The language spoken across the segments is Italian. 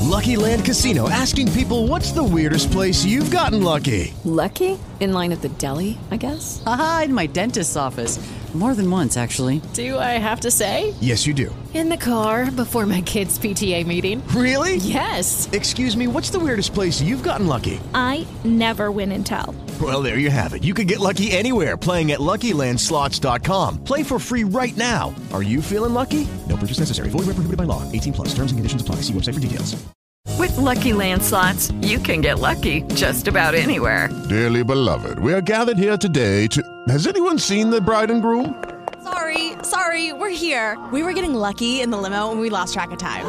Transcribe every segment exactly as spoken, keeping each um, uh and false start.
Lucky Land Casino, asking people, what's the weirdest place you've gotten lucky? Lucky? In line at the deli, I guess? Aha, in my dentist's office. More than once, actually. Do I have to say? Yes, you do. In the car before my kids' P T A meeting. Really? Yes. Excuse me, what's the weirdest place you've gotten lucky? I never win and tell. Well, there you have it. You can get lucky anywhere, playing at Lucky Land Slots dot com. Play for free right now. Are you feeling lucky? No purchase necessary. Void where prohibited by law. eighteen plus. Terms and conditions apply. See website for details. With Lucky Land Slots, you can get lucky just about anywhere. Dearly beloved, we are gathered here today to... Has anyone seen the bride and groom? Sorry, sorry, we're here. We were getting lucky in the limo and we lost track of time.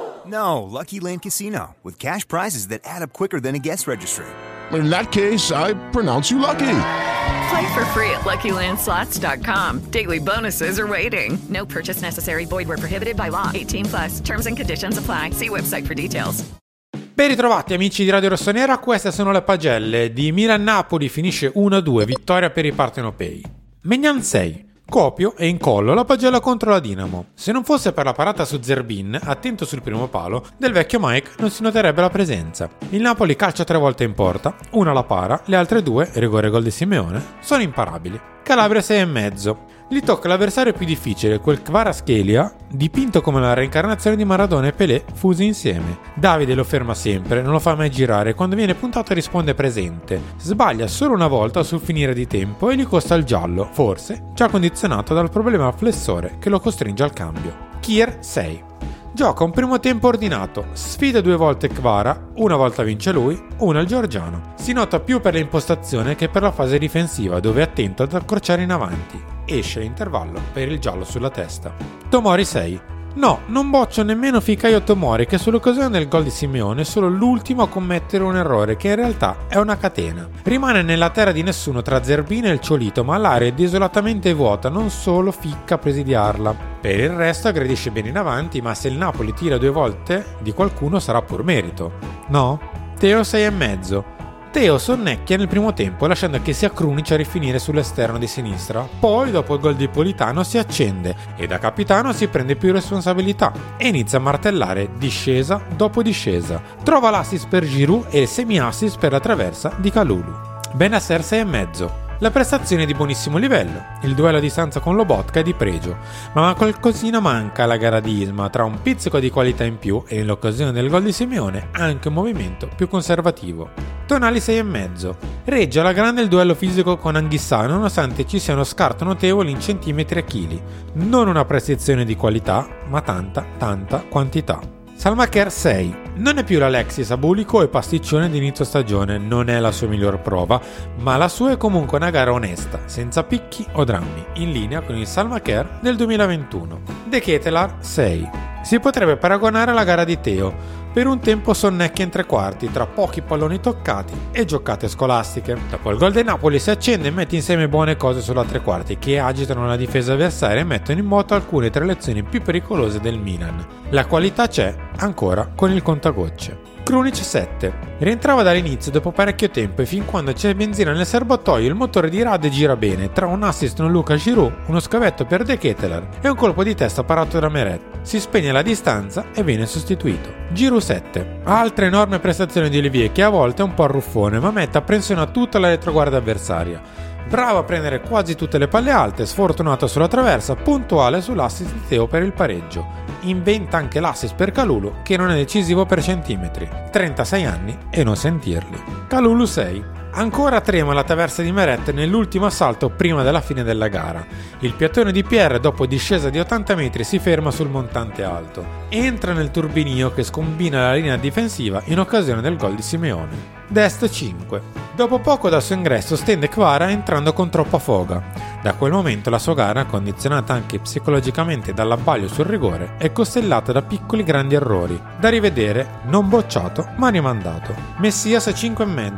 No, Lucky Land Casino, with cash prizes that add up quicker than a guest registry. In that case, I pronounce you lucky. Play for free at Lucky Land Slots dot com. Daily bonuses are waiting. No purchase necessary. Void where prohibited by law. eighteen plus. Terms and conditions apply. See website for details. Ben ritrovati amici di Radio Rossonera, queste sono le pagelle di Milan-Napoli, finisce uno a due, vittoria per i partenopei. Maignan sei. Copio e incollo la pagella contro la Dinamo. Se non fosse per la parata su Zerbin, attento sul primo palo, del vecchio Mike non si noterebbe la presenza. Il Napoli calcia tre volte in porta, una la para, le altre due, rigore e gol di Simeone, sono imparabili. Calabria sei e mezzo. Gli tocca l'avversario più difficile, quel Kvaratskhelia, dipinto come la reincarnazione di Maradona e Pelé fusi insieme. Davide lo ferma sempre, non lo fa mai girare, quando viene puntato risponde presente. Sbaglia solo una volta sul finire di tempo e gli costa il giallo, forse già condizionato dal problema flessore che lo costringe al cambio. Kier sei. Gioca un primo tempo ordinato, sfida due volte Kvara, una volta vince lui, una il georgiano. Si nota più per l'impostazione che per la fase difensiva, dove è attento ad accorciare in avanti. Esce l'intervallo per il giallo sulla testa. Tomori sei. No, non boccio nemmeno Fikayo Tomori, che sull'occasione del gol di Simeone è solo l'ultimo a commettere un errore che in realtà è una catena. Rimane nella terra di nessuno tra Zerbino e il Ciolito, ma l'area è desolatamente vuota, non solo Ficca a presidiarla. Per il resto aggredisce bene in avanti, ma se il Napoli tira due volte di qualcuno sarà pur merito. No? Teo sei e mezzo. Teo sonnecchia nel primo tempo lasciando che sia Krunic a rifinire sull'esterno di sinistra, poi dopo il gol di Politano si accende e da capitano si prende più responsabilità e inizia a martellare discesa dopo discesa. Trova l'assist per Giroud e il semi-assist per la traversa di Kalulu. Benasser sei e mezzo. La prestazione è di buonissimo livello, il duello a distanza con Lobotka è di pregio, ma qualcosina manca alla gara di Isma, tra un pizzico di qualità in più e nell'occasione del gol di Simeone anche un movimento più conservativo. Tonali sei e mezzo. Regge alla grande il duello fisico con Anghissà nonostante ci sia uno scarto notevole in centimetri a chili. Non una prestazione di qualità, ma tanta, tanta quantità. Salmaker sei. Non è più l'Alexis abulico e pasticcione di inizio stagione, non è la sua miglior prova, ma la sua è comunque una gara onesta, senza picchi o drammi, in linea con il Salmaker del duemilaventuno. De Ketelaar sei. Si potrebbe paragonare alla gara di Teo. Per un tempo sonnecchia in tre quarti, tra pochi palloni toccati e giocate scolastiche. Dopo il gol del Napoli si accende e mette insieme buone cose sulla tre quarti che agitano la difesa avversaria e mettono in moto alcune tra le azioni più pericolose del Milan. La qualità c'è, ancora, con il contagocce. Krunic sette. Rientrava dall'inizio dopo parecchio tempo e fin quando c'è benzina nel serbatoio il motore di Rade gira bene, tra un assist con Luca Giroud, uno scavetto per De Ketelaar e un colpo di testa parato da Meret. Si spegne la distanza e viene sostituito. Giroud sette. Altra enorme prestazione di Olivier che a volte è un po' arruffone ma mette a pressione tutta la retroguardia avversaria. Bravo a prendere quasi tutte le palle alte, sfortunato sulla traversa, puntuale sull'assist di Teo per il pareggio. Inventa anche l'assist per Kalulu che non è decisivo per centimetri. trentasei anni e non sentirli. Kalulu sei. Ancora trema la traversa di Meret nell'ultimo assalto prima della fine della gara. Il piattone di Pierre dopo discesa di ottanta metri si ferma sul montante alto. Entra nel turbinio che scombina la linea difensiva in occasione del gol di Simeone. Dest cinque. Dopo poco dal suo ingresso stende Kvara entrando con troppa foga. Da quel momento la sua gara, condizionata anche psicologicamente dall'abbaglio sul rigore, è costellata da piccoli grandi errori, da rivedere, non bocciato ma rimandato. Messias cinque e mezzo.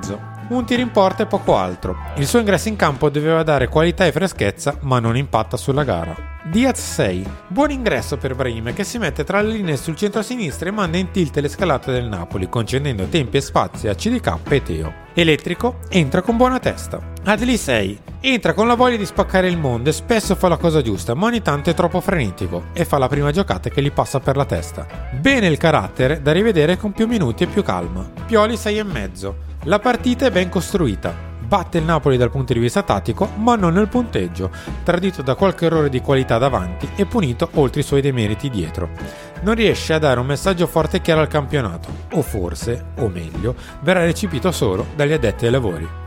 un tiro in porta e poco altro. Il suo ingresso in campo doveva dare qualità e freschezza, ma non impatta sulla gara. Diaz sei. Buon ingresso per Brahim, che si mette tra le linee sul centro-sinistra e manda in tilt le scalate del Napoli, concedendo tempi e spazi a C D K e Teo. Elettrico entra con buona testa. Adli sei. Entra con la voglia di spaccare il mondo e spesso fa la cosa giusta, ma ogni tanto è troppo frenetico e fa la prima giocata che gli passa per la testa. Bene il carattere, da rivedere con più minuti e più calma. Pioli sei e mezzo. La partita è ben costruita. Batte il Napoli dal punto di vista tattico, ma non nel punteggio, tradito da qualche errore di qualità davanti e punito oltre i suoi demeriti dietro. Non riesce a dare un messaggio forte e chiaro al campionato, o forse, o meglio, verrà recepito solo dagli addetti ai lavori.